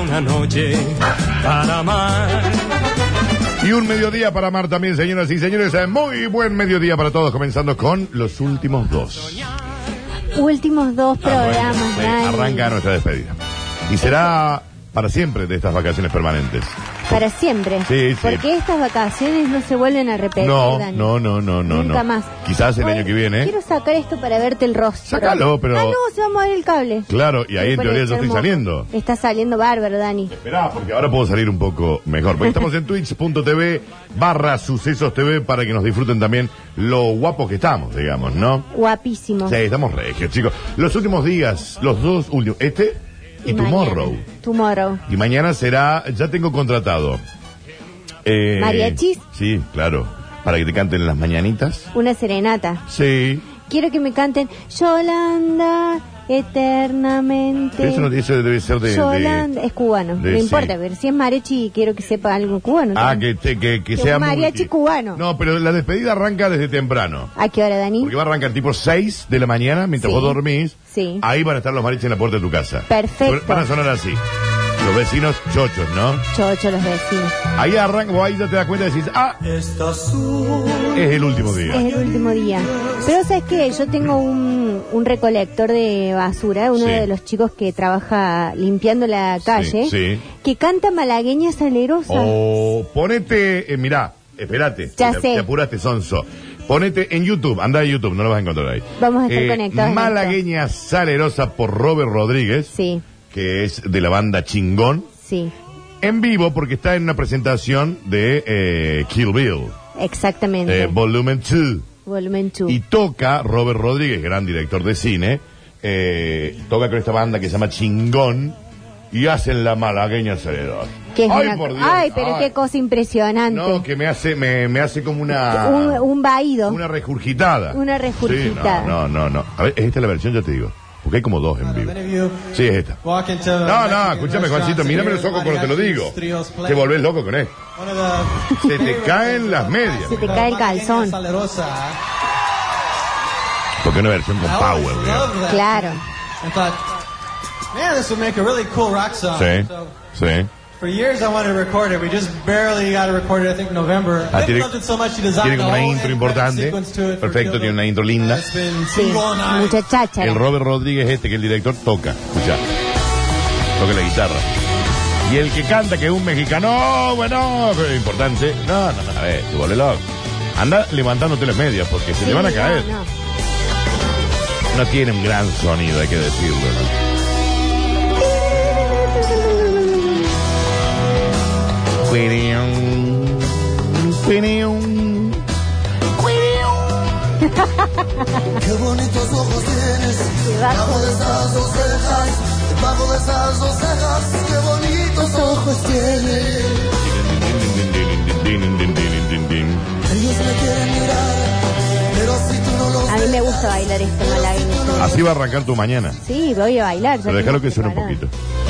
una noche para amar. Y un mediodía para amar también, señoras y señores. Muy buen mediodía para todos, comenzando con los últimos dos. Últimos dos programas, bueno, Dani. arranca nuestra despedida. Y será para siempre de estas vacaciones permanentes. Para siempre. Sí, sí. Porque estas vacaciones no se vuelven a repetir, Dani. No. Nunca más. Quizás el año que viene. Quiero sacar esto para verte el rostro. Sácalo, pero... Ah, no, se va a mover el cable. Claro, y ahí en teoría yo estoy saliendo. Está saliendo bárbaro, Dani. Esperá, porque ahora puedo salir un poco mejor. Porque estamos en twitch.tv/Sucesos TV para que nos disfruten también lo guapos que estamos, digamos, ¿no? Guapísimo. Sí, estamos regios, chicos. Los últimos días, los dos últimos, y Tomorrow. Tomorrow. Y mañana será, ya tengo contratado. ¿Mariachis? Sí, claro. Para que te canten las mañanitas. Una serenata. Sí. Quiero que me canten Yolanda eternamente. Pero eso debe ser de... Yolanda, es cubano. No importa, pero si es mariachi, quiero que sepa algo cubano. Ah, también. que sea mariachi cubano. No, pero la despedida arranca desde temprano. ¿A qué hora, Dani? Porque va a arrancar tipo 6 de la mañana, mientras vos dormís. Sí. Ahí van a estar los mariachis en la puerta de tu casa. Perfecto. Van a sonar así. Los vecinos chochos, ¿no? Chocho, los vecinos. Ahí arranca, vos ahí ya te das cuenta y decís, es el último día. Es el último día. Pero ¿sabes qué? Yo tengo un recolector de basura, uno de los chicos que trabaja limpiando la calle, que canta malagueña salerosa. Ponete, mirá, espérate. Ya sé. Te apuraste, sonso. Ponete en YouTube, anda a YouTube, no lo vas a encontrar ahí. Vamos a estar conectados. Malagueña salerosa por Robert Rodríguez. Sí. Que es de la banda Chingón. Sí. En vivo, porque está en una presentación de Kill Bill. Exactamente. Volumen 2. Volumen 2. Y toca Robert Rodríguez, gran director de cine, toca con esta banda que se llama Chingón y hacen la malagueña salerosa. Por Dios. Ay, pero qué cosa impresionante. No, que me hace como una... Un vaído. Una regurgitada. Una regurgitada. Sí, no. A ver, esta es la versión, ya te digo. Porque hay como dos en vivo. Sí, es esta. No, escúchame, Juancito, mírame los ojos cuando te lo digo. Te volvés loco con esto. Se te caen las medias. Se te cae el calzón. Porque una versión con power, ¿verdad? Claro. Sí. For years I wanted to record it. We just barely got to record it, I think, in November. Tiene como una intro importante. Perfecto, tiene una intro linda. Sí, mucha cháchara. El Robert Rodríguez que es el director, toca. Escuchá. Toca la guitarra. Y el que canta, que es un mexicano, bueno, pero importante. No, a ver, te vuelve loco. Anda levantándote las medias porque se te van a caer. No tiene un gran sonido, hay que decirlo, ¿no? Qué bonitos ojos tienes debajo de esas dos cejas, qué bonitos ojos tienes. Ellos me quieren mirar, pero si tú no los a mí me gusta bailar esto malagueño. Así va a arrancar tu mañana. Sí, voy a bailar. Pero déjalo que suene un poquito.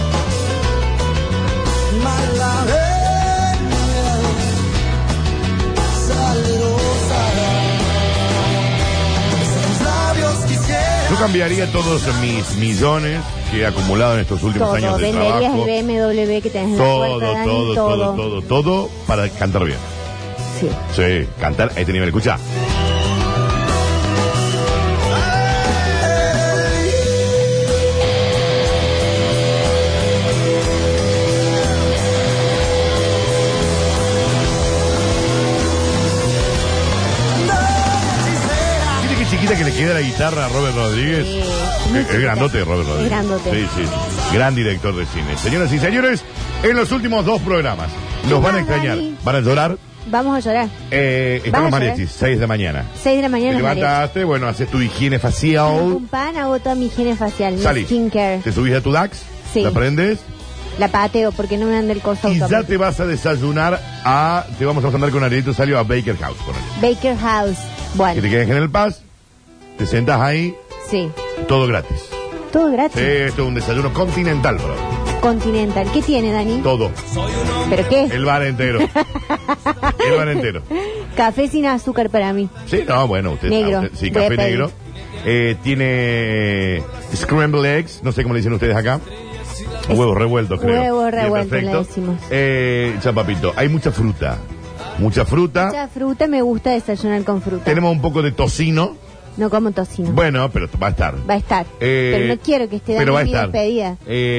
Yo cambiaría todos mis millones que he acumulado en estos últimos años de trabajo. Venderías el BMW que tenés en la puerta, Dani, todo para cantar bien. Sí, cantar a este nivel. Escucha. Que le queda la guitarra a Robert Rodríguez. Sí. Es grandote Robert Rodríguez. Grandote. Sí. Gran director de cine. Señoras y señores, en los últimos dos programas nos van a extrañar. Dani? ¿Van a llorar? Vamos a llorar. Estamos mariachis, 6 de la mañana. 6 de la mañana. Te levantaste, bueno, haces tu higiene facial. Un pan, hago toda mi higiene facial. Salís. Skincare. Te subís a tu DAX. Sí. La prendes. La pateo porque no me anda el coso Y automático. ya te vas a desayunar te vamos a mandar con Arielito Salio a Baker House. Baker House. Bueno. Que te quedes en el Paz. Te sentas ahí. Sí. Todo gratis. Todo gratis. Sí, esto es un desayuno continental, bro. Continental. ¿Qué tiene, Dani? Todo. ¿Pero qué? El bar entero. El bar entero. Café sin azúcar para mí. Sí, no, bueno, usted. Negro. Sí, café negro. Tiene scrambled eggs, no sé cómo le dicen ustedes acá. Huevos revueltos, creo. Huevos revueltos, le decimos. Ya, papito, hay mucha fruta. Mucha fruta. Mucha fruta, me gusta desayunar con fruta. Tenemos un poco de tocino. No como tocino. Bueno, pero va a estar. Va a estar. Pero no quiero que esté dando mi despedida.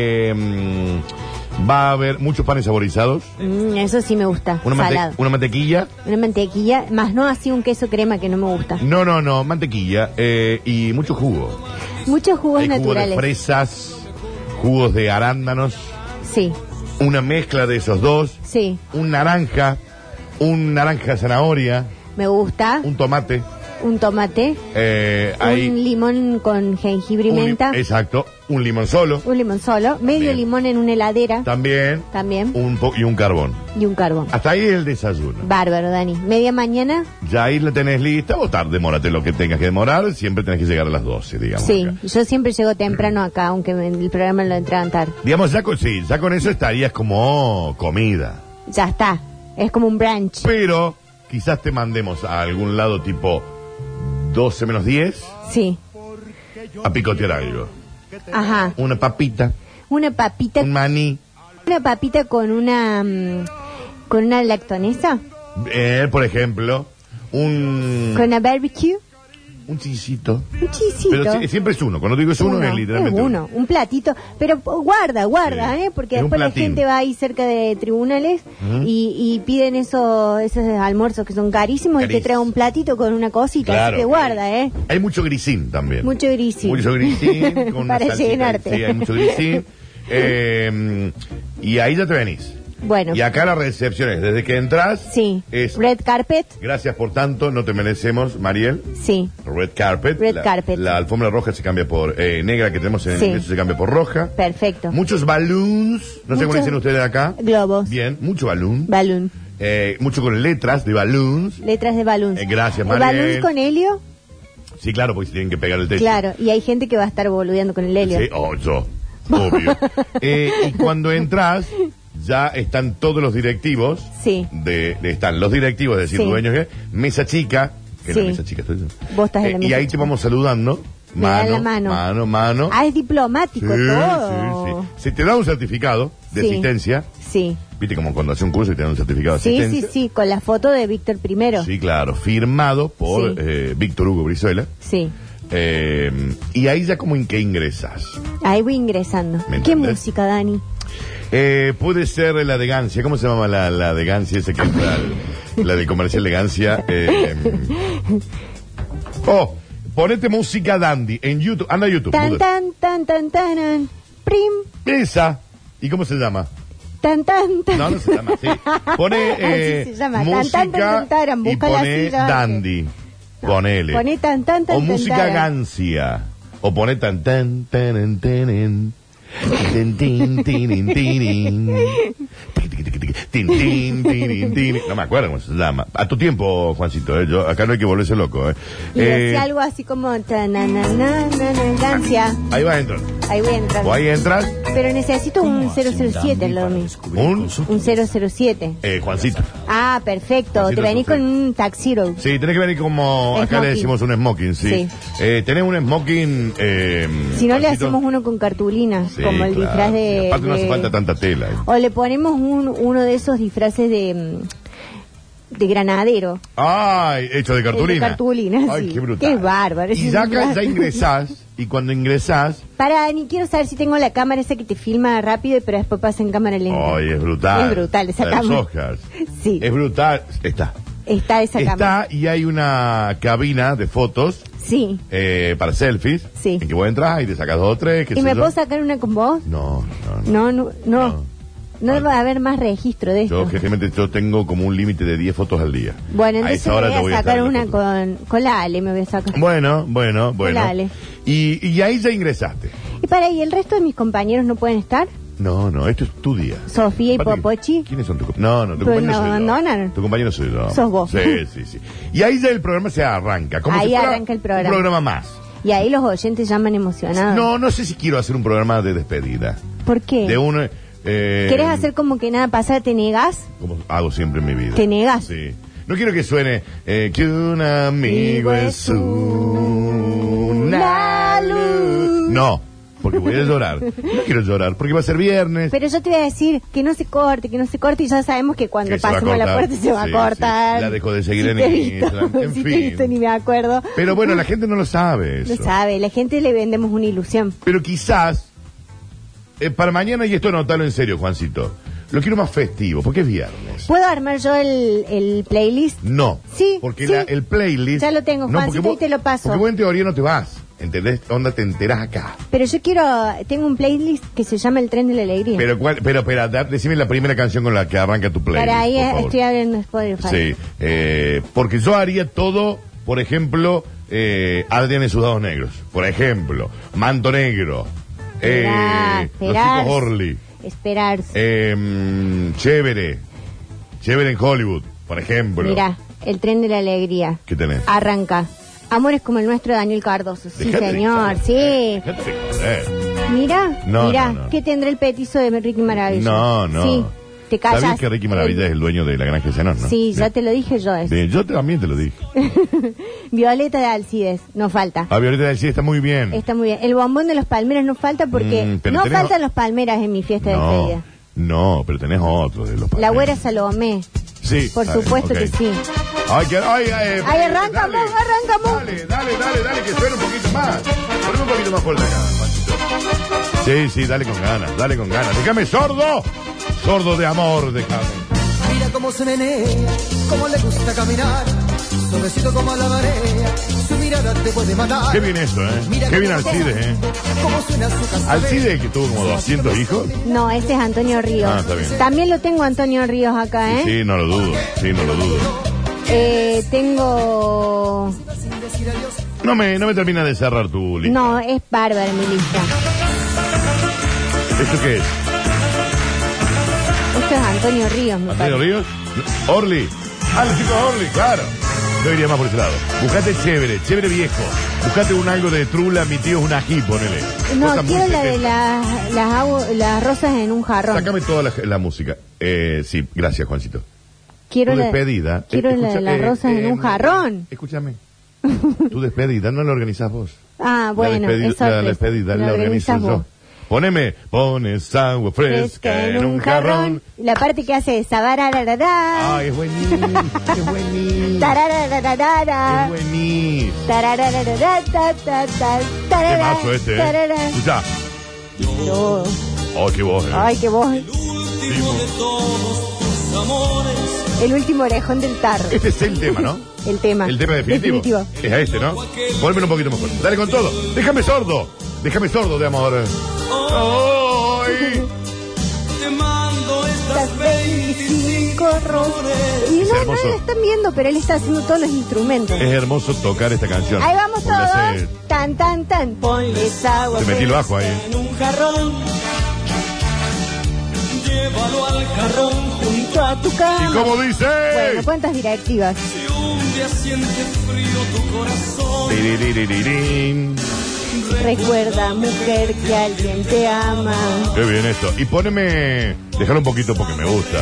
Va a haber muchos panes saborizados. Eso sí me gusta. Salado. Una mantequilla. Una mantequilla, más no así un queso crema que no me gusta. No, mantequilla. Y mucho jugo. Muchos jugos hay naturales. Jugos de fresas, jugos de arándanos. Sí. Una mezcla de esos dos. Sí. Un naranja zanahoria. Me gusta. Un tomate. Un tomate. Un limón con jengibre y menta. Exacto. Un limón solo. Un limón solo. Medio Bien. limón en una heladera. También. Y un carbón. Y un carbón. Hasta ahí el desayuno. Bárbaro, Dani. Media mañana. Ya ahí la tenés lista. O tarde, demórate lo que tengas que demorar. Siempre tenés que llegar a las 12, digamos. Sí, acá. yo siempre llego temprano acá, aunque el programa lo entregan tarde. Digamos, ya con eso estarías como comida. Ya está. Es como un brunch. Pero quizás te mandemos a algún lado tipo 12 menos 10. Sí. A picotear algo. Ajá. Una papita. Una papita. Un maní. Una papita con una lactonesa. Por ejemplo. Con una barbecue. Un chisito. Un chisito. Pero siempre es uno. Cuando digo es uno es literalmente uno. Un platito. Pero guarda, sí. Porque después la gente va ahí cerca de tribunales y piden esos almuerzos que son carísimos y te trae un platito con una cosita. Claro, así que guarda, Hay mucho grisín también. Mucho grisín. Con para una llenarte. Sí, hay mucho grisín. Y ahí ya te venís. Bueno. Y acá la recepción es, desde que entras... Sí. Es, Red carpet. Gracias por tanto, no te merecemos, Mariel. Sí. Red carpet. Carpet. La alfombra roja se cambia por... negra que tenemos en el ingreso se cambia por roja. Perfecto. Muchos balloons. No sé cómo dicen ustedes acá. Globos. Bien, mucho balloon. Balloon. Mucho con letras de balloons. Letras de balloons. Gracias, Mariel. ¿Balloons con helio? Sí, claro, porque se tienen que pegar el techo. Claro, y hay gente que va a estar boludeando con el helio. Sí, yo. Obvio. Y cuando entras... Ya están todos los directivos. Sí. Están los directivos, es decir, dueños, mesa chica. Que es la mesa chica. Vos estás en la mesa y ahí chica. te vamos saludando. Mano. Ah, es diplomático todo. Sí. Se te da un certificado de asistencia. Sí. Viste como cuando hace un curso y te dan un certificado de asistencia. Sí, con la foto de Víctor I. Sí, claro, firmado por Víctor Hugo Brizuela. Sí. Y ahí ya como en que ingresas. Ahí voy ingresando. ¿Qué música, Dani? Puede ser la de Gancia. ¿Cómo se llama la de Gancia? Esa que es la de comercial de Gancia. Ponete música Dandy en YouTube. Anda a YouTube. Tan, prim. Esa. ¿Y cómo se llama? Tan. No se llama así. Pone así se llama. música y pone Dandy. Ponele. Pone tan. O música Gancia. O pone tan. No me acuerdo cómo se llama. A tu tiempo, Juancito, acá no hay que volverse loco. Y decía algo así como Gancia. Ahí vas a entrar. Ahí voy a entrar. O ahí entras. Pero necesito un 007 al lado mío. Un 007. Juancito. Ah, perfecto. Juancito, te venís con un taxiro. Sí, tenés que venir como acá le decimos un smoking, sí. Tenés un smoking. Si no, Juancito, le hacemos uno con cartulina, como el disfraz de. Y aparte no hace falta tanta tela. O le ponemos uno de esos disfraces de granadero. Ay, hecho de cartulina. De cartulina, ay, sí. Qué brutal. Qué bárbaro. Y ya ingresás, y cuando ingresás... Ni quiero saber si tengo la cámara esa que te filma rápido, pero después pasa en cámara lenta. Ay, es brutal. Es brutal esa cámara. Los Oscars. Sí. Es brutal. Está esa cámara. Y hay una cabina de fotos. Sí. Para selfies. Sí. En que vos entras y te sacas 2 o 3. ¿Y me puedo sacar una con vos? No. No va a haber más registro de esto. Generalmente yo tengo como un límite de 10 fotos al día. Bueno, entonces me voy a sacar una con la Ale, me voy a sacar. Bueno. Con la Ale. Y ahí ya ingresaste. ¿Y el resto de mis compañeros no pueden estar? No, esto es tu día. Sofía y Popochi. ¿Quiénes son tus compañeros? No, tu compañero soy yo. Tu compañero soy yo. Sos vos. Sí. Y ahí ya el programa se arranca. Como ahí si fuera arranca el programa. Un programa más. Y ahí los oyentes llaman emocionados. No sé si quiero hacer un programa de despedida. ¿Por qué? ¿Querés hacer como que nada pasa, te negás? Como hago siempre en mi vida. ¿Te negás? Sí. No quiero que suene que un amigo es una luz. No. porque voy a llorar. No quiero llorar, porque va a ser viernes. Pero yo te voy a decir que no se corte, y ya sabemos que cuando pasemos la puerta se va a cortar. Sí. La dejo de seguir en Instagram, en si fin. te he visto, ni me acuerdo. Pero bueno, la gente no lo sabe eso. Lo sabe, la gente le vendemos una ilusión. Pero quizás, para mañana, y esto anotalo en serio, Juancito, lo quiero más festivo, porque es viernes. ¿Puedo armar yo el playlist? No. Sí, porque sí. El playlist... Ya lo tengo, Juancito, y te lo paso. Porque vos en teoría no te vas, ¿entendés? Onda, te enterás acá. Pero yo tengo un playlist que se llama El Tren de la Alegría. Pero espera, decime la primera canción con la que arranca tu playlist. Para ahí estoy abriendo Spotify. Sí, porque yo haría todo, por ejemplo, Adrián en sus dados negros. Por ejemplo, Manto Negro. Los chicos Orly. Esperarse. Chévere en Hollywood, por ejemplo. Mirá, El Tren de la Alegría. ¿Qué tenés? Arranca. Amores como el nuestro de Daniel Cardoso. Sí, señor, sí. Mira, no. ¿qué tendrá el petizo de Ricky Maravilla? No. Sí, te callas. ¿Sabías que Ricky Maravilla es el dueño de la Granja de Zenón, no? Sí, ya te lo dije yo eso. Yo también te lo dije. Violeta de Alcides, no falta. Violeta de Alcides está muy bien. Está muy bien. El bombón de los Palmeras no falta porque no faltan los Palmeras en mi fiesta de despedida. No, pero tenés otro de los Palmeras. La güera Salomé. Sí. Por supuesto que sí. Ahí arrancamos. Dale, que suene un poquito más. Poneme un poquito más fuerte acá, Juanchito. Sí, dale con ganas. Déjame sordo de amor, déjame. Mira cómo se menea, cómo le gusta caminar, suavecito como la marea, su mirada te puede matar. Qué bien eso, Qué bien Alcides, Cómo suena su casa. Alcides, que tuvo como 200 hijos. No, ese es Antonio Ríos. Está bien. También lo tengo Antonio Ríos acá, Sí, no lo dudo. Tengo... No me termina de cerrar tu lista. No, es bárbara mi lista. ¿Esto qué es? Esto es Antonio Ríos, me ¿Antonio parece. Ríos? Orly. Los chicos Orly, claro. Yo iría más por ese lado. Buscate chévere viejo. Buscate algo de Trula, mi tío es un ají, ponele. No, Cosa quiero muy la de pequeña. las rosas en un jarrón. Sácame toda la música. Sí, gracias, Juancito. Quiero Tu despedida. Quiero la de las rosas en un jarrón. Escúchame. Tu despedida no la organizás vos. Bueno, la despedida la organizo yo. Pones agua fresca en un jarrón. La parte que hace sabarararara. Ay, es buenísimo. Tararararara. Es buenísimo. Qué mazo Escuchá. Qué voz, Ay, qué voz. El último orejón del tarro. Este es el tema, ¿no? El tema definitivo. Es a este, ¿no? Pónmelo un poquito mejor. Dale con todo. Déjame sordo de amor. Hoy te mando estas 25 rosas. Y no lo están viendo, pero él está haciendo todos los instrumentos. Es hermoso tocar esta canción. Ahí vamos todos. Tan. Ponles agua. Te metí el bajo ahí. En un jarrón. Llévalo al jarrón junto a tu cama. ¿Y cómo dice? Bueno, ¿cuántas directivas? Si un día siente frío tu corazón. Tiriririn. Recuerda, mujer, que alguien te ama. Qué bien esto. Y poneme... Déjalo un poquito porque me gusta.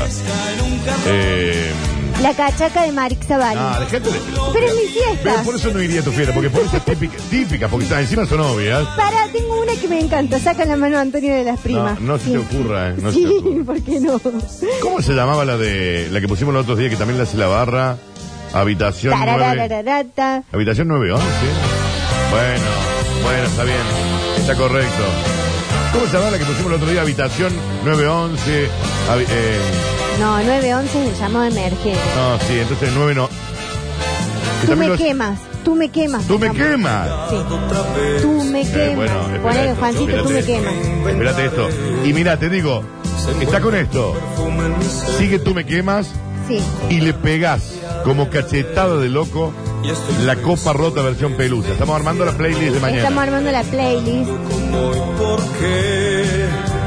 La cachaca de Marix Zavalli. Déjate de... Pero es mi fiesta. Pero por eso no iría a tu fiesta, porque por eso es típica, porque encima son obvias. Tengo una que me encanta. Saca la mano a Antonio de las Primas. No se te ocurra, No sí, se te ocurra. ¿por qué no? ¿Cómo se llamaba la que pusimos los otros días, que también la hace la barra? Habitación 9. Habitación 911. Bueno, está bien. Está correcto. ¿Cómo se llama la que pusimos el otro día? Habitación 911. No, 911 se llamó emergencia. No, sí, entonces 9 no. Tú me quemas. ¿Tú me quemas? Sí. Tú me quemas. Bueno, ponele, Juancito, tú me quemas. Espérate esto. Y mira, te digo, está con esto. Sigue Tú me quemas. Sí. Y le pegás como cachetada de loco la copa rota versión pelusa. Estamos armando la playlist de mañana. Estamos armando la playlist. ¿Cómo y por qué?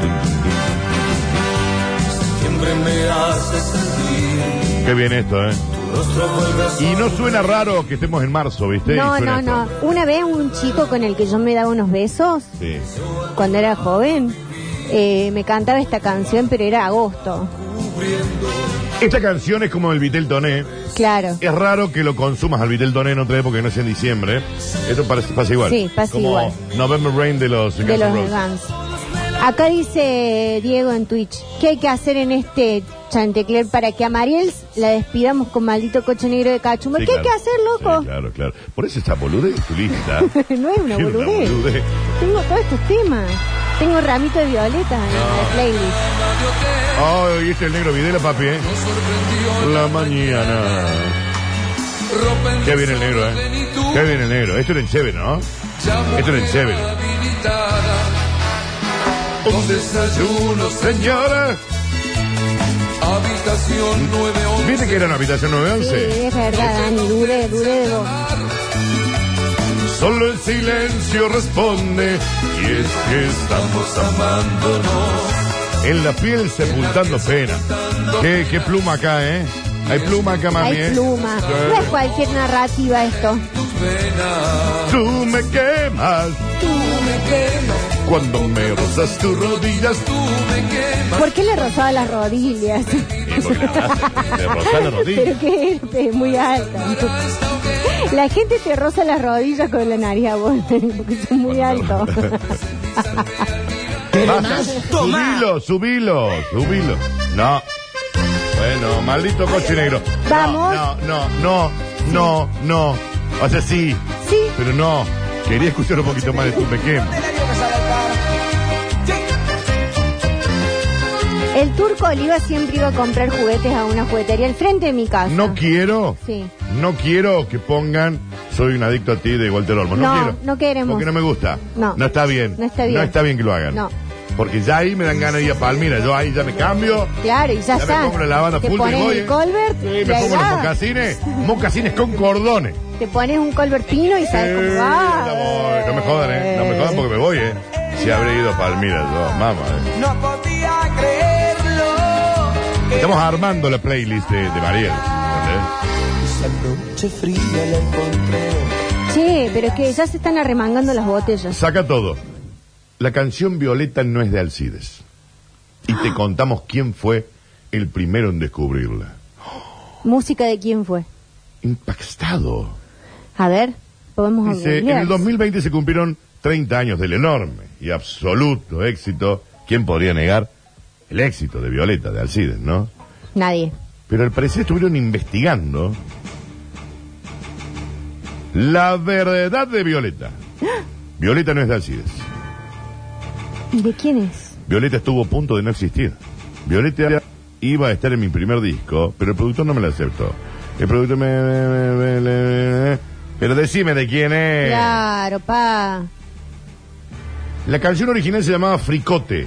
Siempre me hace sentir. Qué bien esto, Y no suena raro que estemos en marzo, ¿viste? No. Una vez un chico con el que yo me daba unos besos, sí, cuando era joven, me cantaba esta canción, pero era agosto. sufriendo. Esta canción es como el Vitel Toné. Claro. Es raro que lo consumas al Vitel Toné en otra época que no sea en diciembre. Esto pasa igual. Sí, pasa como igual. November Rain de los Guns N' Roses. Guns. Acá dice Diego en Twitch, ¿qué hay que hacer en este Chantecler para que a Mariel la despidamos con maldito coche negro de cachumba? Sí, ¿Qué claro. hay que hacer, loco? Sí, claro. Por eso esta boludez tu lista. No es una boludez. Tengo todos estos temas. Tengo ramito de violeta en la playlist. Oh, y este es el negro Videla, papi, ¿eh? La mañana. Qué bien el negro, ¿eh? Qué bien el negro. Esto era en Chévere, ¿no? Esto era en Chévere. Un desayuno, Señora. habitación 911. ¿Viste que era una habitación Sí, 911? es verdad, Dani, dure de vos. Solo el silencio responde. Y es que estamos amándonos. En la piel sepultando pena. Qué pluma acá, ¿eh? Hay pluma acá, mami, Hay pluma. Sí. No es cualquier narrativa esto. Tú me quemas Tú me quemas. cuando me rozas tus rodillas. Tú me quemas. ¿Por qué le rozaba las rodillas? Porque me rozas la rodilla. Pero que es muy alta. La gente te roza las rodillas con la nariz a vos, porque son muy altos. Basta. Subilo. No. Bueno, maldito coche negro. Vamos. No. O sea, sí. Sí. Pero no. Quería escuchar un poquito más de tu me quemo. El Turco Oliva siempre iba a comprar juguetes a una juguetería al frente de mi casa. No quiero. Sí. No quiero que pongan Soy un adicto a ti de Walter Olmo. No quiero. No queremos. Porque no me gusta. No. No está bien. No está bien. No está bien que lo hagan. No. Porque ya ahí me dan ganas de ir a Palmira. Yo ahí ya me cambio. Claro, y ya está. me pongo la lavanda Te full y pones voy. el Colbert. Sí, y me ahí pongo los va. mocasines con cordones. Te pones un Colbert pino y sabes cómo va. Ya voy. No me jodan, ¿eh? No me jodan porque me voy, ¿eh? Si habré ido a Palmira, yo, mamá, ¿eh? No podía creerlo. Estamos armando la playlist de Mariel. Esa noche fría la encontré. Che, pero es que ya se están arremangando las botellas. Saca todo. La canción Violeta no es de Alcides. Y te contamos quién fue el primero en descubrirla. ¿Música de quién fue? Impactado. A ver, podemos Dice, en el 2020 se cumplieron 30 años del enorme y absoluto éxito. ¿Quién podría negar el éxito de Violeta, de Alcides, no? Nadie. Pero al parecer estuvieron investigando la verdad de Violeta. Violeta no es de Alcides. ¿Y de quién es? Violeta estuvo a punto de no existir. Violeta iba a estar en mi primer disco, pero el productor no me lo aceptó. El productor pero decime de quién es. Claro, pa. La canción original se llamaba Fricote.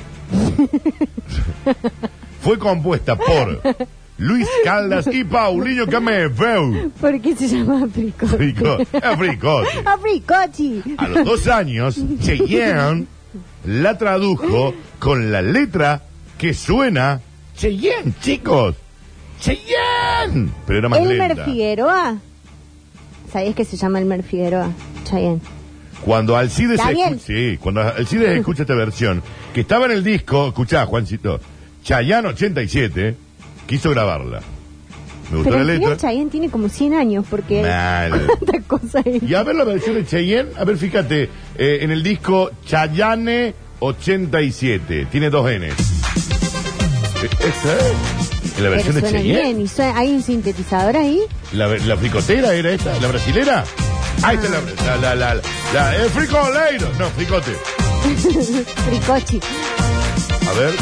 Fue compuesta por Luis Caldas y Paulinho Cameveu. ¿Por qué se llama Fricote? Fricote. ¡A Fricochi! A los 2 años, Cheyenne la tradujo con la letra que suena Cheyenne, chicos. Cheyenne. Pero era más Elmer lenta. Figueroa. ¿Sabías que se llama Elmer Figueroa? Chayanne. Cuando Alcides Daniel. cuando Alcides escucha esta versión, que estaba en el disco, escuchá, Juancito, Chayanne 87, quiso grabarla. Me gustó Pero la al final letra. Chayanne tiene como 100 años porque Mal. tanta cosa es. Y a ver la versión de Cheyenne, a ver, fíjate, en el disco Chayanne 87, tiene 2 N. ¿Esta es? ¿En la versión de Pero suena Cheyenne? bien. ¿Y hay un sintetizador ahí? ¿La fricotera era esta? ¿La brasilera? Ahí está el fricoleiro. No, fricote. Fricochi. A ver.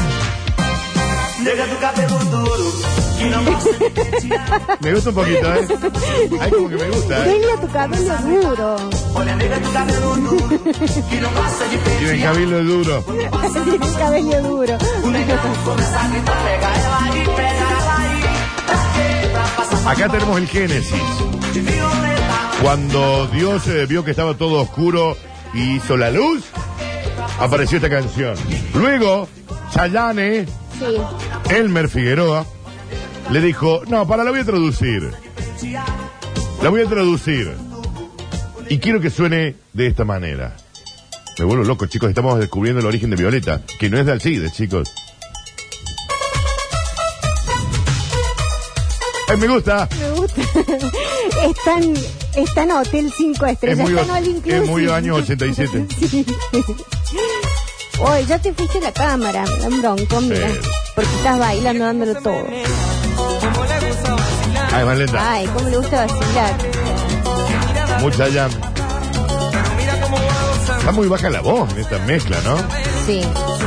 Me gusta un poquito, ¿eh? Ay, como que me gusta, ¿eh? Venga tu cabello duro. Tiene el cabello duro. Tiene el cabello duro. Acá tenemos el Génesis. Cuando Dios vio que estaba todo oscuro y hizo la luz, apareció esta canción. Luego, Chayanne, Sí. Elmer Figueroa, le dijo, no, la voy a traducir. La voy a traducir. Y quiero que suene de esta manera. Me vuelvo loco, chicos, estamos descubriendo el origen de Violeta, que no es de Alcides, chicos. Ay, me gusta. Está en Hotel 5 Estrellas. Es muy año 87. Sí. Oye, ya te fuiste la cámara. Me da un bronco, mira. Porque estás bailando, dándolo todo. Ay, más lenta. Ay, cómo le gusta vacilar. Mucha llama. Está muy baja la voz en esta mezcla, ¿no? Sí.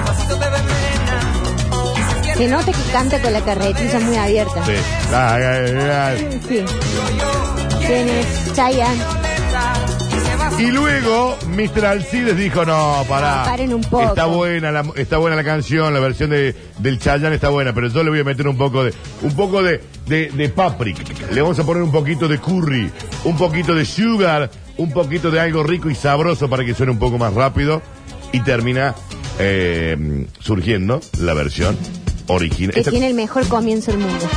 Se nota que canta con la carretilla muy abierta. Sí. Sí. Tienes Chayanne. Y luego Mr. Alcides dijo, no, pará. Paren un poco. Está buena la canción, la versión del Chayanne está buena, pero yo le voy a meter un poco de paprika. Le vamos a poner un poquito de curry, un poquito de sugar, un poquito de algo rico y sabroso para que suene un poco más rápido. Y termina surgiendo la versión original. Que tiene el mejor comienzo del mundo.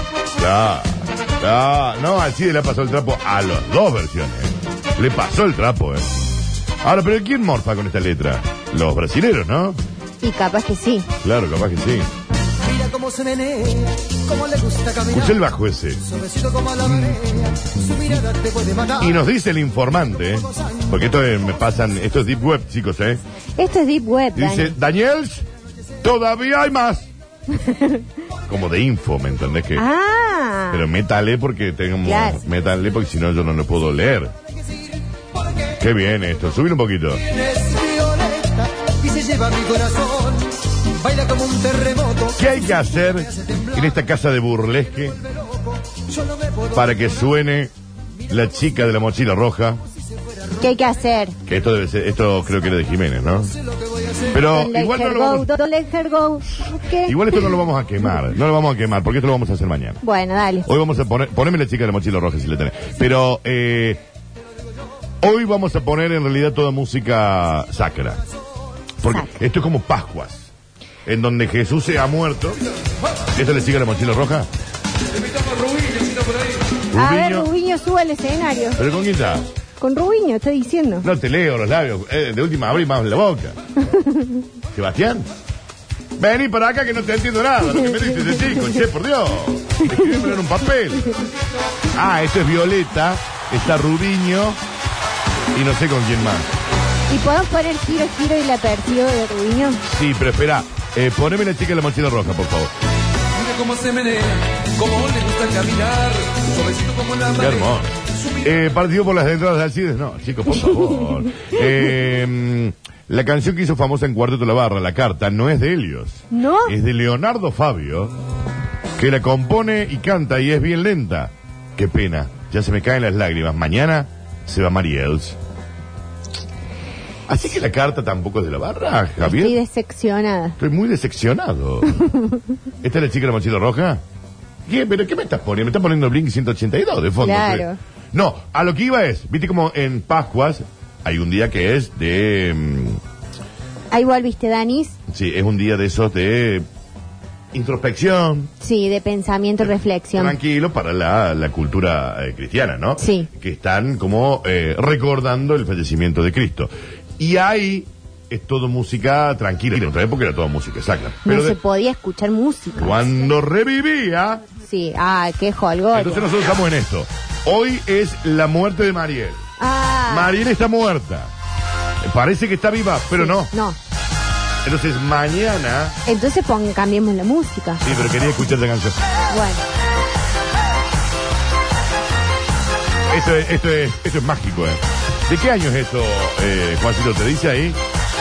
No, Alcides le ha pasado el trapo a las dos versiones. Le pasó el trapo, Ahora, pero ¿quién morfa con esta letra? Los brasileros, ¿no? Y capaz que sí. Claro, capaz que sí. Mira cómo se menea, cómo le gusta caminar. Escuché el bajo ese. Suavecito como la marea, su mirada te puede matar. Y nos dice el informante, porque esto esto es Deep Web, chicos, Esto es Deep Web, dice, Daniels, todavía hay más. Como de info, ¿me entendés? Pero métale porque métale porque si no yo no lo puedo leer. Qué bien esto, subir un poquito. Y se lleva mi corazón, baila como un terremoto. ¿Qué hay que hacer en esta casa de burlesque para que suene la chica de la mochila roja? ¿Qué hay que hacer? Que esto creo que era de Jiménez, ¿no? Pero igual no lo vamos. Igual esto no lo vamos a quemar, porque esto lo vamos a hacer mañana. Bueno, dale. Hoy vamos a poneme la chica de la mochila roja si la tenés. Pero hoy vamos a poner en realidad toda música sacra. Porque esto es como Pascuas, en donde Jesús se ha muerto. ¿Esta le sigue la mochila roja? A ver, Rubiño, sube al escenario. ¿Pero con quién está? Con Rubiño, estoy diciendo. No te leo los labios. De última, abrí más la boca. Sebastián, vení para acá que no te entiendo nada. Lo que me dices de chico, che, por Dios. Escríbemelo en un papel. Esto es Violeta, está Rubiño y no sé con quién más. ¿Y podemos poner Giro y la persigo de Rubiño? Sí, pero espera, poneme la chica de la mochila roja, por favor. Mira cómo se menea, cómo le gusta caminar, suavecito como la marea. Qué hermoso. Partido por las entradas de Alcides. No, chicos, por favor. La canción que hizo famosa en Cuarteto La Barra, La Carta, no es de Helios. ¿No? Es de Leonardo Fabio, que la compone y canta y es bien lenta. Qué pena, ya se me caen las lágrimas. Mañana se va Mariels. Así que La Carta tampoco es de La Barra, Javier. Estoy decepcionada. Estoy muy decepcionado. ¿Esta es la chica de la mochila roja? ¿Qué? ¿Pero qué me estás poniendo? Me estás poniendo Blink 182 de fondo. Claro. No, a lo que iba es, viste como en Pascuas hay un día que es de... ¿Ahí volviste, Danis? Sí, es un día de esos de introspección. Sí, de pensamiento, reflexión. Tranquilo para la cultura cristiana, ¿no? Sí. Que están como recordando el fallecimiento de Cristo. Y ahí es todo música tranquila. En otra época era toda música sacra. No se podía escuchar música. Cuando revivía... Sí, qué jolgorio. Entonces nosotros estamos en esto. Hoy es la muerte de Mariel. Mariel está muerta. Parece que está viva, pero sí, no. No. Entonces mañana... Entonces cambiemos la música. Sí, pero quería escuchar esta canción. Bueno. Esto es mágico, ¿De qué año es esto, Juancito? ¿Te dice ahí?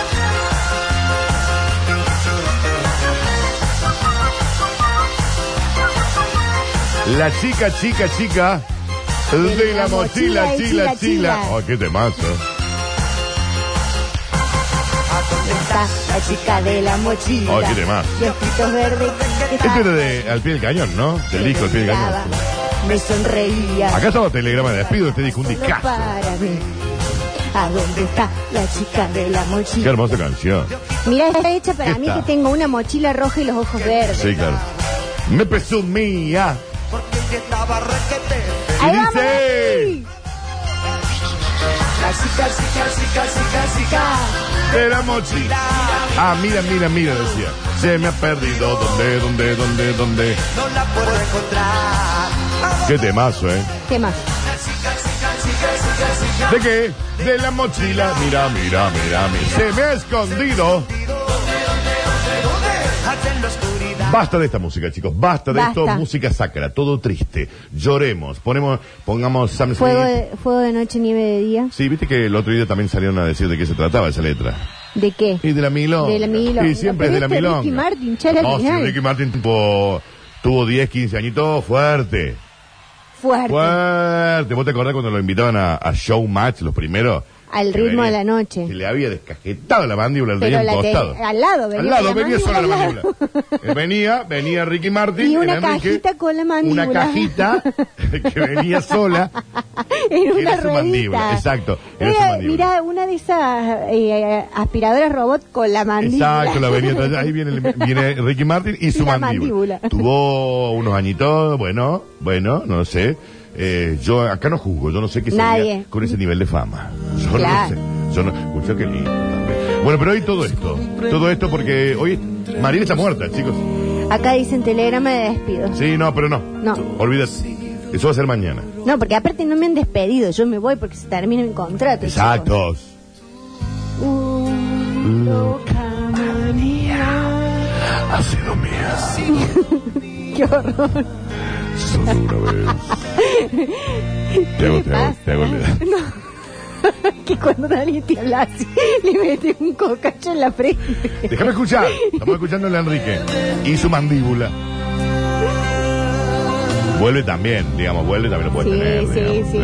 La chica de la mochila, chila. Oh, qué temazo. ¿Dónde está la chica de la mochila? Oh, qué temazo. Y ojitos verdes. Este era de Al Pie del Cañón, ¿no? Del disco Al Pie del Cañón. Me sonreía. Acá estaba Telegrama de Despido, este disco, un discazo. ¿A dónde está la chica de la mochila? Qué hermosa canción. Mira, está hecha para mí que tengo una mochila roja y los ojos verdes. Sí, claro. Me presumía. ¡Ahí dice... La chica de la mochila. Mira, decía. Se me ha perdido. ¿Dónde? No la puedo encontrar. Qué temazo, Temazo. ¿De qué? De la mochila. Mira. Se me ha escondido. Basta de esta música, chicos. Basta de esto. Música sacra, todo triste. Lloremos. Pongamos Sam Smith. Fuego de noche, nieve de día. Sí, viste que el otro día también salieron a decir de qué se trataba esa letra. ¿De qué? Y de la milonga. Y siempre es de la milonga. Ricky Martin, Ricky Martin tuvo 10, 15 añitos fuerte. ¿Vos te acordás cuando lo invitaban a Showmatch, los primeros? Al ritmo de la noche. Que le había descajetado la mandíbula, le tenía un costado. Al lado venía sola la mandíbula. Venía Ricky Martin. Y una cajita con la mandíbula. Una cajita que venía sola. En una ruedita. Mandíbula, exacto. Mira, una de esas aspiradoras robot con la mandíbula. Exacto, la venía allá. Ahí viene Ricky Martin y su mandíbula. Tuvo unos añitos, bueno, no lo sé. Yo acá no juzgo, yo no sé qué sería con ese nivel de fama. Yo no lo sé. Escucha qué lindo también. Bueno, pero hoy todo esto porque hoy Mariel está muerta, chicos. Acá dicen telegrama de despido. Sí, no, pero no. Olvídate. Eso va a ser mañana. No, porque aparte no me han despedido, yo me voy porque se termina mi contrato. Exacto. Ha sido mía. Qué horror. Solo una vez. Te hago no. Que cuando alguien te habla así, le mete un cocacho en la frente. Déjame escuchar. Estamos escuchando a Enrique. Y su mandíbula. Vuelve también lo puede tener. Sí.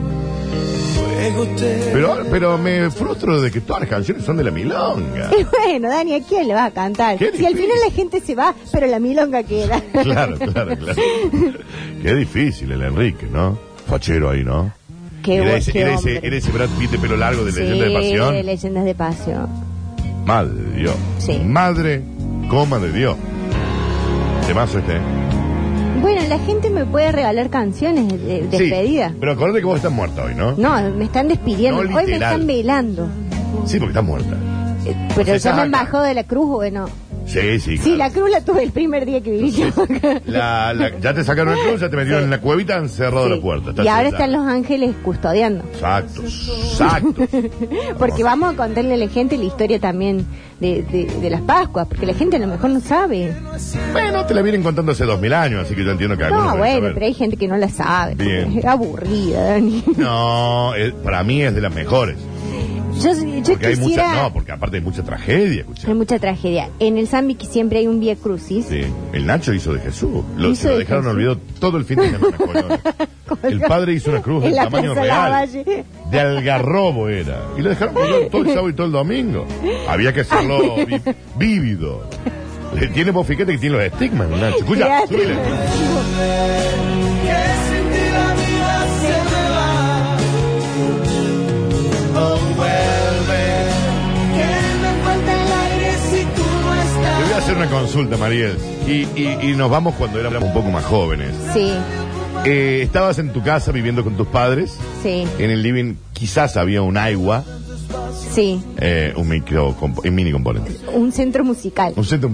Pero me frustro de que todas las canciones son de la milonga. Y bueno, Dani, ¿a quién le vas a cantar? Si al final la gente se va, pero la milonga queda. Claro. Qué difícil el Enrique, ¿no? Fachero ahí, ¿no? Era ese Brad Pitt de pelo largo de Leyendas de Pasión. De Leyendas de Pasión. Madre de Dios. Sí. Madre, coma de Dios. Temazo este. Bueno, la gente me puede regalar canciones de despedida. Pero acordate que vos estás muerta hoy, ¿no? No, me están despidiendo. No, hoy me están velando. Sí, porque estás muerta. Pero ya me han bajado de la cruz, bueno. Sí, claro. Sí, la cruz la tuve el primer día que viví yo acá. Ya te sacaron la cruz, ya te metieron en la cuevita, han cerrado la puerta. Y ahora están los ángeles custodiando. Exacto. Porque vamos a contarle a la gente la historia también de las Pascuas, porque la gente a lo mejor no sabe. Bueno, te la vienen contando hace 2000 años, así que yo entiendo que algunos no, bueno, pero hay gente que no la sabe. Bien. Es aburrida, Dani. No, para mí es de las mejores. Yo porque quisiera... porque aparte hay mucha tragedia, escuchá. Hay mucha tragedia. En el Zambi siempre hay un Vía Crucis. Sí, el Nacho hizo de Jesús. Se lo dejaron olvidado todo el fin de semana. El padre hizo una cruz del tamaño real. De algarrobo era. Y lo dejaron todo el sábado y todo el domingo. Había que hacerlo vívido. Tiene vos, fíjate que tiene los estigmas, Nacho. Escucha, súbile. Hacer una consulta, Mariel, y nos vamos cuando éramos un poco más jóvenes. Sí. Estabas en tu casa viviendo con tus padres. Sí. En el living quizás había un agua. Sí. Un mini componente. Un centro musical.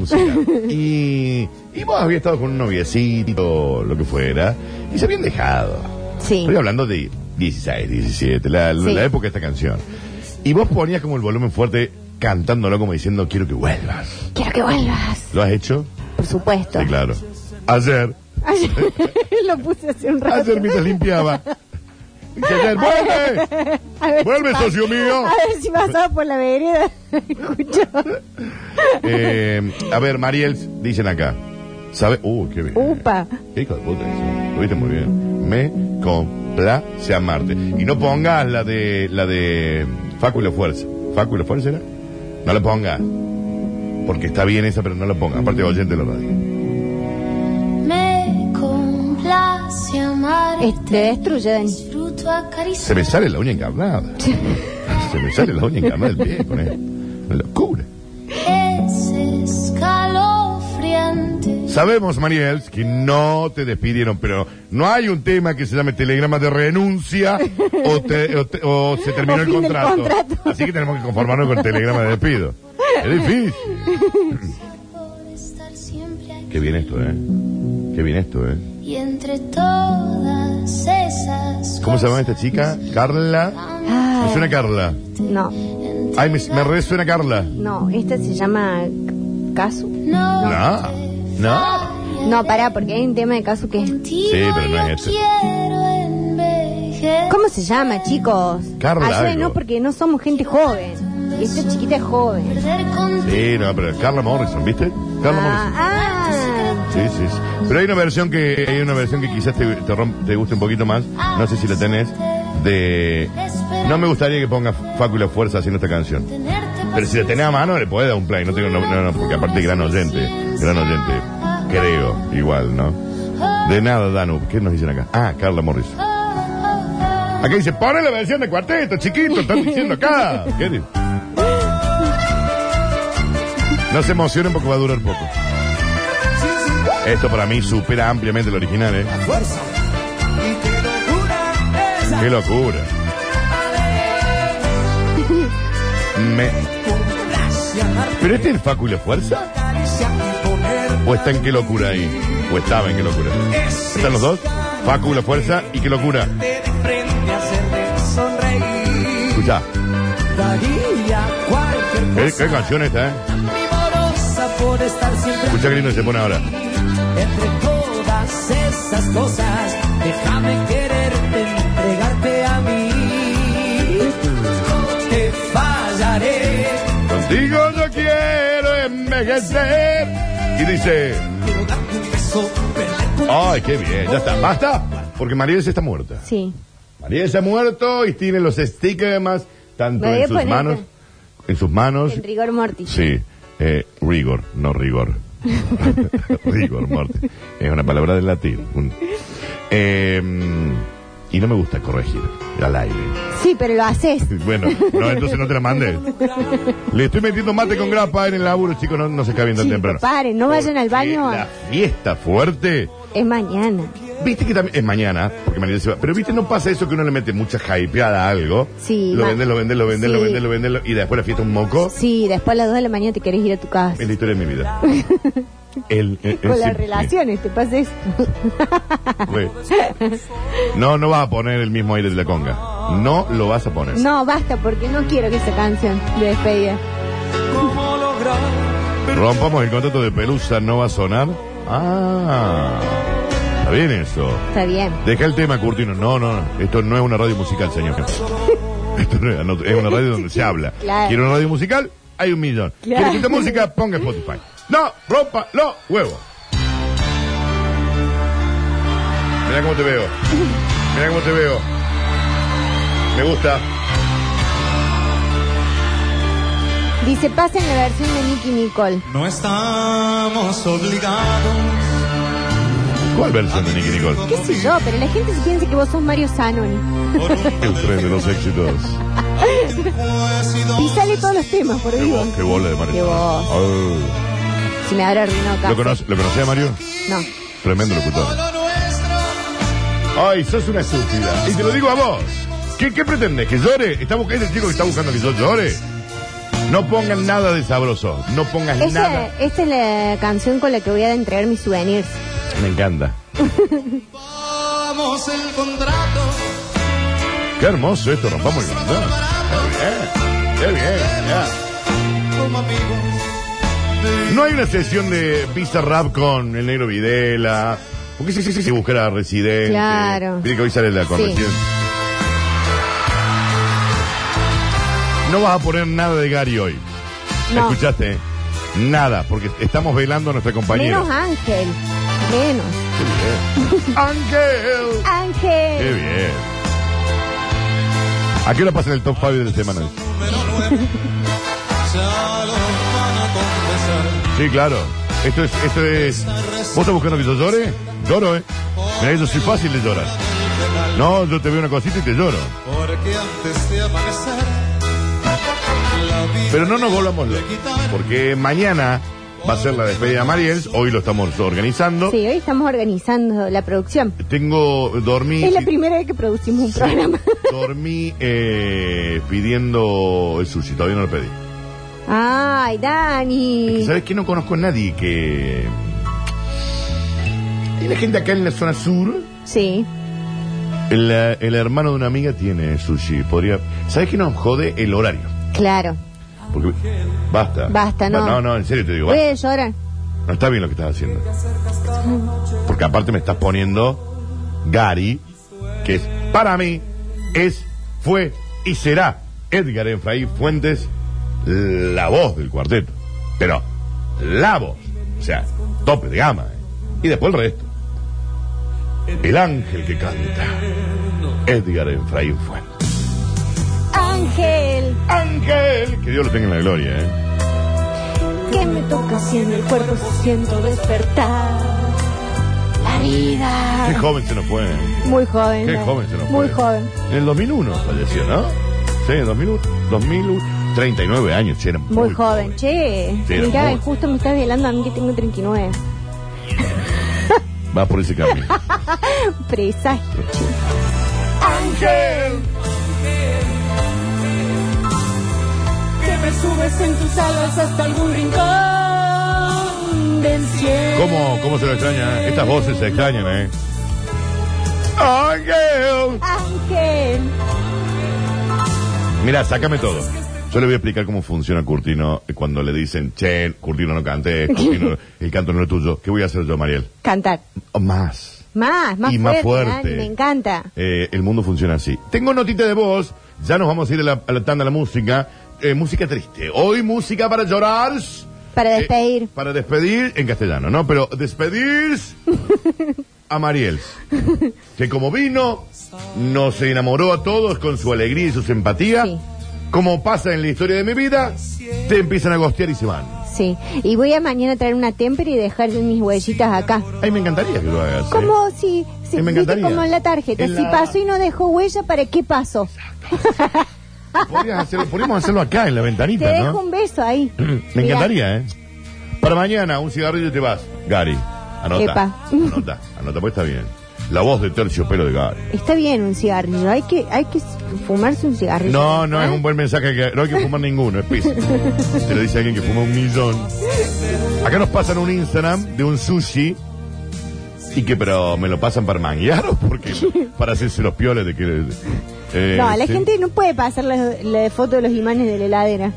y vos habías estado con un noviecito, lo que fuera, y se habían dejado. Sí. Estoy hablando de 16, 17, la época de esta canción. Y vos ponías como el volumen fuerte, cantándolo como diciendo, quiero que vuelvas. Quiero que vuelvas. ¿Lo has hecho? Por supuesto. Sí, claro. Ayer. Lo puse hace un rato. Ayer mientras limpiaba. ¡Vuelve! ¡Vuelve, socio mío! A ver si pasaba por la vereda. Escucho. A ver, Mariel, dicen acá. ¿Sabe? Qué bien. Upa. Qué hijo de puta eso. Lo viste muy bien. Me complace amarte. Y no pongas la de Facu y la Fuerza. ¿Facu y la Fuerza era? No la pongas. Porque está bien esa, pero no la pongas. Aparte, oyente de la radio. Me complace amarte. Te destruye, Dani. Se me sale la uña encarnada. Se me sale la uña encarnada del pie con él. Una locura. Es escalofriante. Sabemos, Mariel, que no te despidieron, pero no hay un tema que se llame telegrama de renuncia o se terminó el contrato. Así que tenemos que conformarnos con el telegrama de despido. Es difícil. Qué bien esto, Qué bien esto, Y entre todas esas ¿Cómo se llama esta chica? Carla. Ah, Me suena Carla. no, Ay, me resuena Carla. no, esta se llama Casu. No. No, pará, porque hay un tema de Casu que es... Sí, pero no es este. ¿Cómo se llama, chicos? Carla Ayúdenos algo. porque no somos gente joven. Y esta chiquita es joven. Sí, no, pero Carla Morrison, ¿viste? Carla Morrison. Sí. Pero hay una versión que quizás te guste un poquito más. No sé si la tenés. No me gustaría que ponga Facu y la Fuerza haciendo esta canción. Pero si la tenés a mano, le podés dar un play. No, porque aparte gran oyente. Creo, igual, ¿no? De nada, Danu. ¿Qué nos dicen acá? Ah, Carla Morrison. Acá dice, pone la versión de cuarteto, chiquito, están diciendo acá. ¿Qué dice? No se emocionen porque va a durar poco. Esto para mí supera ampliamente el original, ¿eh? ¡Qué locura! ¿Pero este es el Facu y la Fuerza? ¿O está en Qué Locura ahí? ¿O estaba en Qué Locura? ¿Están los dos? Facu, la Fuerza y Qué Locura. Escucha. ¿Qué canción esta, Escucha qué lindo se pone ahora. Entre todas esas cosas, déjame quererte, entregarte a mí. No te fallaré. Contigo yo quiero envejecer. Y dice... Ay, qué bien, ya está, basta. Porque Mariel está muerta. Sí. Mariel se ha muerto y tiene los estigmas tanto en sus manos. En sus manos. En rigor mortis. Sí. Rigor, no rigor. Rigor mortis. Es una palabra del latín. Y no me gusta corregir al aire. Sí, pero lo haces. Bueno, no, entonces no te la mandes. Le estoy metiendo mate con grapa en el laburo, chicos, no se acaben tan temprano. Paren, no vayan al baño. La fiesta fuerte es mañana. Viste que también es mañana, porque María se va. Pero viste, no pasa eso que uno le mete mucha hypeada a algo. Sí. Lo vende, y después la fiesta un moco. Sí, después a las 2 de la mañana te querés ir a tu casa. Es la historia de mi vida. Con las relaciones te pasa eso. No vas a poner el mismo aire de la conga. No lo vas a poner. No, basta, porque no quiero que esa canción de despedida. Rompamos el contrato de Pelusa, no va a sonar. Está bien eso. Está bien. Deja el tema, Curtino. No. Esto no es una radio musical, señor. Esto no es una radio donde se habla. Claro. ¿Quiere una radio musical? Hay 1 millón. Claro. ¿Quiere quitar música? Ponga Spotify. No, rompa los huevos. Mira cómo te veo. Me gusta. Dice, pasen la versión de Nicky Nicole. No estamos obligados. ¿Cuál versión de Nicky Nicole? ¿Qué sé yo? Pero la gente se piensa que vos sos Mario Zanoni. El tren de los éxitos. Y sale todos los temas, por Dios. Qué bola de Mario. Qué voz. Si me habrá arruinado café. ¿Lo conocía Mario? No. Tremendo locutor. Ay, sos una estúpida. Y te lo digo a vos. ¿Qué pretendes? ¿Que llore? ¿Es el chico que está buscando que yo llore? No pongan nada de sabroso. No pongas nada. Esta es la canción con la que voy a entregar mis souvenirs. Me encanta. Rompamos el contrato. Qué hermoso esto, rompamos el contrato. Qué bien, ya. Como amigos. No hay una sesión de pizza rap con el negro Videla. Porque si buscara Residente. Claro. Viste que hoy sale la con Sí. Residente. No vas a poner nada de Gary hoy. No. ¿Escuchaste? Nada, porque estamos velando a nuestra compañera. Menos Ángel. Menos. Qué bien. Ángel. Ángel. Qué bien. ¿A qué hora pasa en el top 5 de la semana? Sí, claro. Esto es. ¿Vos estás buscando que yo llore? Lloro, Mira, yo soy fácil de llorar. No, yo te veo una cosita y te lloro. Porque antes de amanecer. Pero no nos volvamos locos, porque mañana va a ser la despedida de Mariel. Hoy lo estamos organizando. Sí, hoy estamos organizando la producción. Dormí. Es la primera vez que producimos un programa. Dormí pidiendo el sushi, todavía no lo pedí. Ay, Dani. ¿Sabes qué? No conozco a nadie que Y la gente acá en la zona sur, Sí. el hermano de una amiga tiene sushi. ¿Sabes qué nos jode? El horario. Claro. Porque basta. Basta, no. No, en serio te digo. Voy Basta. a llorar. No está bien lo que estás haciendo. Porque aparte me estás poniendo Gary, que es, para mí, fue y será Edgar Efraín Fuentes la voz del cuarteto. Pero la voz. O sea, tope de gama. Y después el resto. El ángel que canta. Edgar Efraín Fuentes. Ángel, Ángel. Que Dios lo tenga en la gloria, que me toca si en el cuerpo siento despertar la vida. Qué joven se nos fue. Muy joven. Qué joven se nos fue. Muy joven. En el 2001 falleció, ¿no? Sí, en 2001. 39 años, che, era Muy joven. Che, Sí, era mirá, muy- justo me estás velando a mí que tengo 39. Va por ese camino. Presagio. Ángel. Que me subes en tus alas hasta algún rincón del cielo. ¿Cómo se lo extraña? Estas voces se extrañan, Ángel. Ángel. Mira, sácame todo. Yo le voy a explicar cómo funciona Curtino cuando le dicen, che, Curtino no cantes, Curtino, el canto no es tuyo. ¿Qué voy a hacer yo, Mariel? Cantar. Más. Más Y más fuerte. Dani, me encanta. El mundo funciona así. Tengo notita de voz. Ya nos vamos a ir a la tanda de la música. Música triste. Hoy música para llorar. Para despedir. Para despedir en castellano, ¿no? Pero despedir a Mariel. Que como vino, nos enamoró a todos con su alegría y su simpatía. Sí. Como pasa en la historia de mi vida, te empiezan a gostear y se van. Sí. Y voy a mañana traer una témpera y dejar mis huellitas acá. Ay, me encantaría que lo hagas. Como si me viste encantaría. como en la tarjeta. En Si la- pasó y no dejó huella, ¿para qué pasó? Podríamos hacerlo acá en la Te ventanita, dejo ¿no? un beso ahí. Me Mirá. encantaría, ¿eh? Para mañana, un cigarrillo y te vas. Gary, anota. Epa. Anota, pues está bien. La voz de Terciopelo de Gary. Está bien un cigarrillo. Hay que fumarse un cigarrillo. No es un buen mensaje. No hay que fumar ninguno, es pis. Te lo dice alguien que fuma 1.000.000. Acá nos pasan un Instagram de un sushi. Pero me lo pasan para manguear o porque para hacerse los pioles de que. No, la sí. gente no puede pasar la foto de los imanes de la heladera.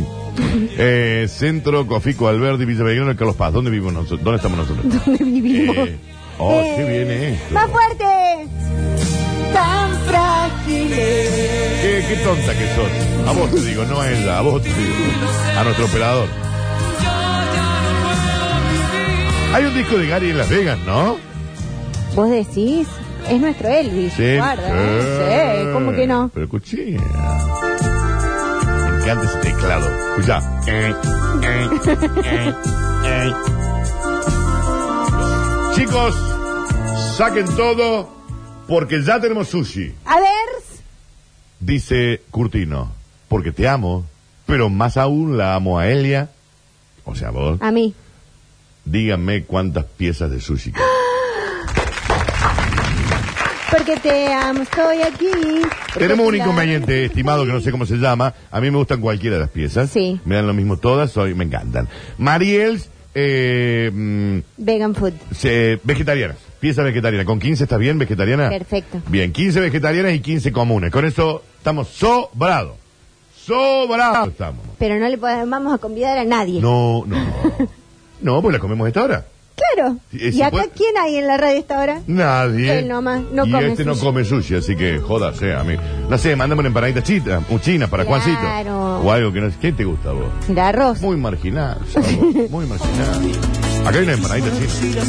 Centro Cofico Alberdi, Villa Belgrano, Carlos Paz. ¿Dónde vivimos nosotros? ¿Dónde estamos nosotros? ¿Dónde vivimos? ¿Qué viene esto? ¡Más fuerte! Tan frágiles. Qué tonta que sos. A vos te digo, no a ella, a vos te digo. A nuestro operador. Hay un disco de Gary en Las Vegas, ¿no? ¿Vos decís? Es nuestro Elvis. Guarda, no sé, ¿cómo que no? Pero escuché. Me encanta ese teclado. Escuchá. Chicos, saquen todo porque ya tenemos sushi. A ver. Dice Curtino, porque te amo, pero más aún la amo a Elia. O sea, vos. A mí. Díganme cuántas piezas de sushi quedan. Porque te amo, estoy aquí. Tenemos un inconveniente, estimado, que no sé cómo se llama. A mí me gustan cualquiera de las piezas. Sí. Me dan lo mismo todas, me encantan. Mariel, Vegan food. vegetarianas. Pieza vegetariana. ¿Con 15 estás bien, vegetariana? Perfecto. Bien, 15 vegetarianas y 15 comunes. Con eso estamos sobrados. Sobrados estamos. Pero no le vamos a convidar a nadie. No. No, pues la comemos a esta hora. Claro. Si ¿Y acá puede- quién hay en la radio a esta hora? Nadie. Él nomás, no y come este no sushi. come sushi, así que jódase a mí. No sé, mándame una empanadita china para Claro. Juancito. O algo que no sé. ¿Qué te gusta a vos? De arroz. Muy marginal, sos vos, muy marginal. Acá hay una empanadita china.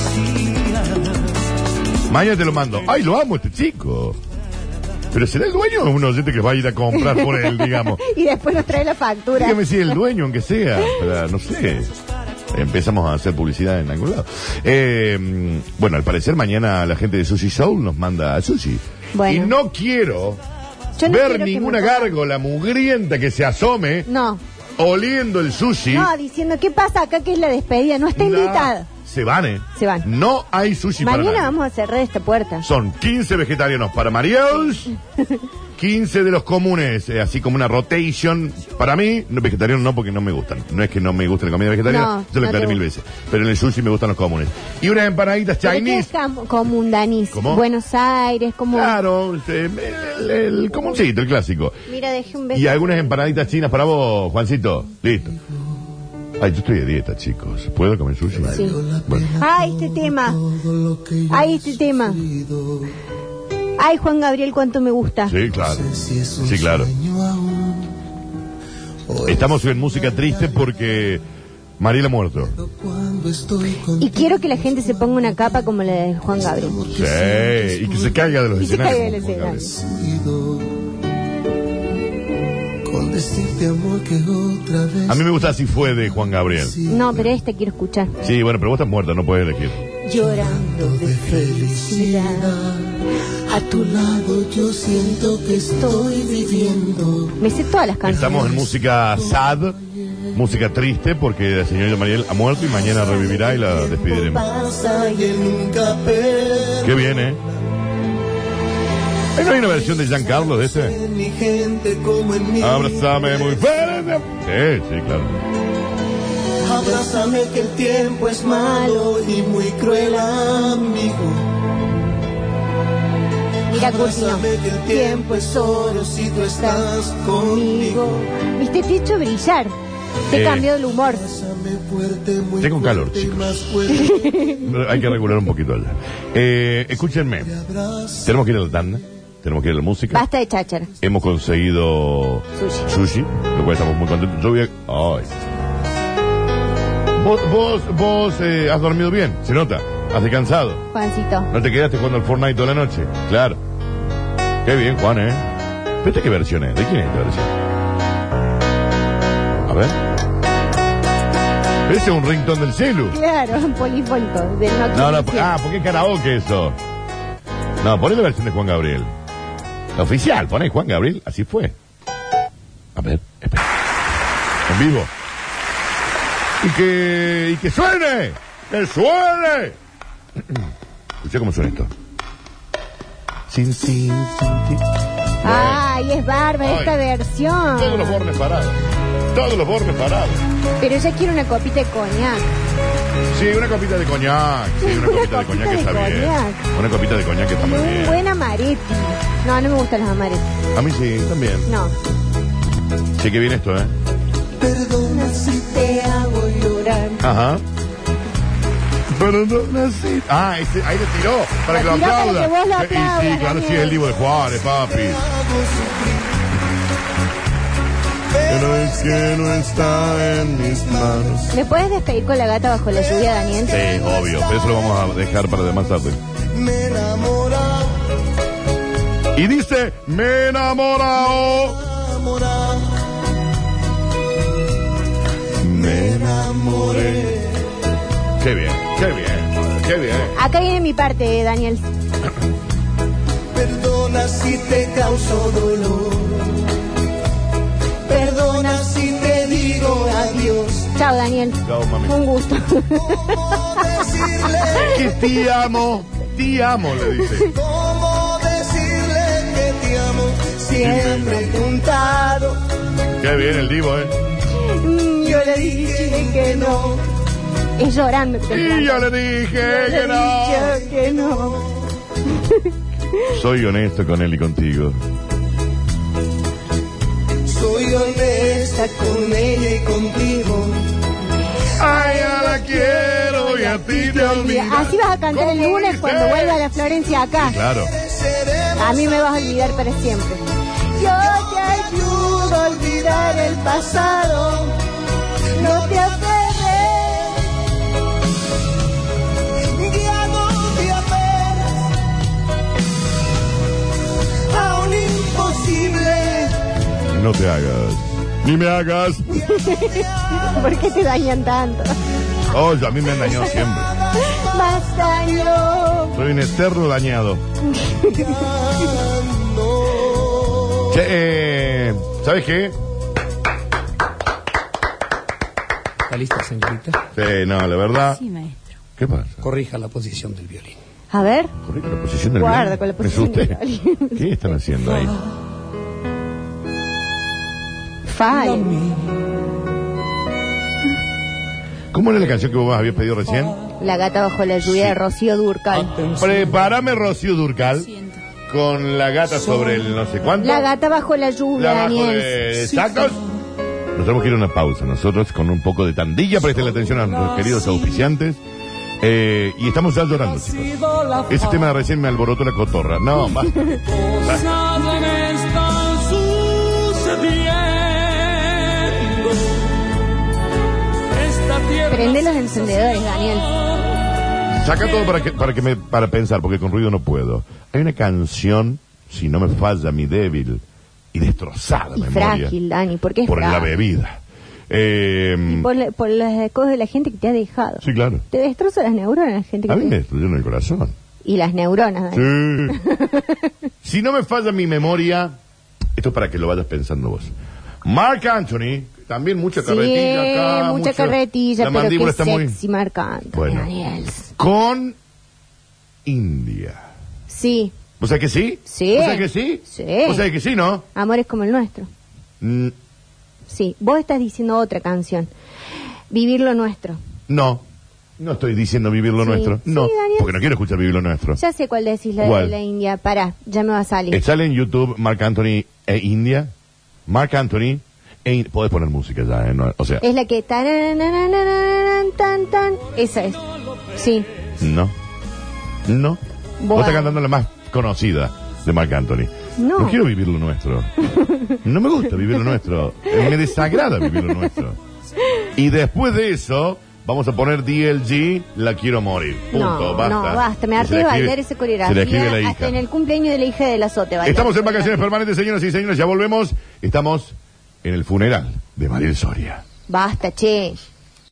Mañana te lo mando. Ay, lo amo este chico. Pero será el dueño o un oyente que va a ir a comprar por él, digamos. Y después nos trae la factura. Dígame si es el dueño, aunque sea. Pero, no sé. Empezamos a hacer publicidad en algún lado. Bueno, al parecer mañana la gente de Sushi Soul nos manda sushi. Bueno. Y no quiero Yo no ver quiero que ninguna me ponga- gárgola mugrienta que se asome No. oliendo el sushi. No, diciendo, ¿qué pasa acá que es la despedida? No está invitada. se van, Se van. No hay sushi para Mañana nadie. vamos a cerrar esta puerta. Son 15 vegetarianos para Mariels, 15 de los comunes, así como una rotation. Para mí, no, vegetarianos no, porque no me gustan. No es que no me guste la comida vegetariana, No, yo lo no aclaré te 1000 veces. Pero en el sushi me gustan los comunes. Y unas empanaditas ¿Pero qué Chinese. es común, Danis? ¿Cómo? Buenos Aires, como... Claro, el comuncito, el clásico. Mira, dejé un beso. Y algunas empanaditas chinas para vos, Juancito. Listo. Ay, yo estoy de dieta, chicos. ¿Puedo comer sushi? Sí. Bueno. Ay, este tema. Ay, este tema. Ay, Juan Gabriel, cuánto me gusta. Sí, claro. Sí, claro. Estamos en música triste porque Mariel ha muerto. Y quiero que la gente se ponga una capa como la de Juan Gabriel. Sí, y que se caiga de los Y se escenarios. caiga del como Juan escenario. Con decirte amor que otra vez. Gabriel. A mí me gusta Así Fue de Juan Gabriel. No, pero esta quiero escuchar. Sí, bueno, pero vos estás muerta, no puedes elegir. Llorando de felicidad. A tu lado yo siento que estoy viviendo. Me sé todas las canciones. Estamos en música sad, música triste, porque la señorita Mariel ha muerto y mañana revivirá y la despediremos. Pasa y él nunca pierde. Qué bien, ¿eh? ¿No hay una versión de Giancarlo de ese? En mi gente como en mí. Abrázame muy fuerte. Sí, sí, claro. Abrázame que el tiempo es malo y muy cruel amigo. Mira, Curtino. Abrázame que el tiempo es oro si tú estás conmigo. Viste, te he hecho brillar. Te he cambiado el humor. Abrázame fuerte, muy Tengo calor, fuerte y chicos. más fuerte. Hay que regular un poquito allá. Escúchenme. Tenemos que ir a la tanda. Tenemos que ir a la música. Basta de cháchara. Hemos conseguido sushi, lo cual estamos muy contentos. Yo voy a... Ay. Vos has dormido bien, se nota. Has descansado. Juancito. No te quedaste jugando al Fortnite toda la noche. Claro. Qué bien, Juan, ¿eh? ¿Pero esta qué versión es? ¿De quién es esta versión? A ver. Ese es un ringtone del celu. Claro, un polifónico. Del No, porque es karaoke eso. No, poné la versión de Juan Gabriel. La oficial, poné Juan Gabriel, así fue. A ver, espera. En vivo. Y que suene. ¡Que suene! Escucha cómo suena esto. Sin. Ay, es bárbara Ay. esta versión. Todos los bornes parados. Todos los bornes parados. Pero ya quiero una copita de coñac. Sí, una copita de coñac. Sí, una copita de coñac que está bien. Una copita de coñac que está muy Un bien. buen amaretti. No, no me gustan los amaretti. A mí sí, también. No. Sí, que bien esto, ¿eh? Perdona si te hago llorar. Ajá. Perdona si... Ah, ahí le tiró para que lo tiró para aplauda. que vos lo Sí, aplaudas, sí, claro, sí, es el Divo de Juárez, papi. Pero es que no está en mis manos. ¿Me puedes despedir con la gata bajo la lluvia, Daniel? Sí, obvio, pero eso lo vamos a dejar para más tarde. Me enamora, Y dice, me he enamorado. enamora. Me enamoré. Qué bien, qué bien, qué bien. Acá viene mi parte, Daniel. Perdona si te causo dolor. Perdona si te digo adiós. Chao, Daniel. Chao, mami. Un gusto. ¿Cómo decirle? Que te amo, le dice. ¿Cómo decirle que te amo? Siempre he preguntado. Qué bien el Divo, ¿eh? Yo le dije que no. Es llorando. que te Y yo canta. le dije Yo le que no. dije que no. Soy honesto con él y contigo. Soy honesta con ella y contigo. Ay, ya la quiero y a ti te olvido. Así vas a cantar el lunes cuando vuelva a la Florencia acá. Claro. A mí me vas a olvidar para siempre. Yo te ayudo a olvidar el pasado. No te aferres. Ya no te aferres a un imposible. No te hagas. Ni me hagas. ¿Por qué te dañan tanto? Oh, a mí me han dañado siempre. Más daño. Soy un eterno dañado. Che, ¿sabes qué? ¿Está lista, señorita? Sí, no, la verdad. Sí, maestro. ¿Qué pasa? Corrija la posición del violín. A ver. Corrija la posición del Guarda violín. con la posición del violín. ¿Qué están haciendo ahí? Falla. ¿Cómo era la canción que vos habías pedido recién? La gata bajo la lluvia de Rocío Dúrcal. Prepárame Rocío Dúrcal con la gata sobre el no sé cuánto. La gata bajo la lluvia, La bajo Daniel. de sacos. Nos tenemos que ir a una pausa. Nosotros con un poco de tandilla, presten la atención a nuestros queridos auspiciantes. Y estamos ya llorando, chicos. Ese tema de recién me alborotó la cotorra. No, basta. Prende los encendedores, Daniel. Saca todo para pensar, porque con ruido no puedo. Hay una canción, si no me falla mi débil y destrozada Y memoria. frágil, Dani, porque es Por la frágil. bebida. Y por las cosas de la gente que te ha dejado. Sí, claro. Te destroza las neuronas la gente que A mí te me destruyeron el corazón. Y las neuronas, Dani. Sí. Si no me falla mi memoria, esto es para que lo vayas pensando vos. Marc Anthony, también mucha carretilla acá. Mucha carretilla, la pero mandíbula qué está sexy Marc Anthony, Bueno. Daniel. Con India. Sí. ¿Vos sabés que sí? Sí. ¿Vos sabés que sí? Sí. ¿Vos sabés que sí, no? Amores como el nuestro. Mm, Sí. Vos estás diciendo otra canción. Vivir lo nuestro. no. No estoy diciendo vivir lo Sí. nuestro. Sí, No, Daniel. porque no quiero escuchar vivir lo nuestro. Ya sé cuál decís, la ¿Cuál? de la India. Pará, ya me va a salir. Sale en YouTube Marc Anthony e India. Marc Anthony podés poner música ya, ¿eh? No, o sea, Es la que... taranananananan, tan, tan. Esa es. Sí. no. Vos Bueno. estás cantando la más conocida de Marc Anthony. No. quiero vivir lo nuestro. No me gusta vivir lo nuestro. Me desagrada vivir lo nuestro. Y después de eso, vamos a poner DLG, La Quiero Morir. Punto, basta. No, basta. Me Y harté se de la escribe- bailar esa coreografía. Se la escribe la hija. Hasta en el cumpleaños de la hija de la Sote. bailé. Estamos en vacaciones permanentes, señoras y señores. Ya volvemos. Estamos en el funeral de Mariel Soria. Basta, che.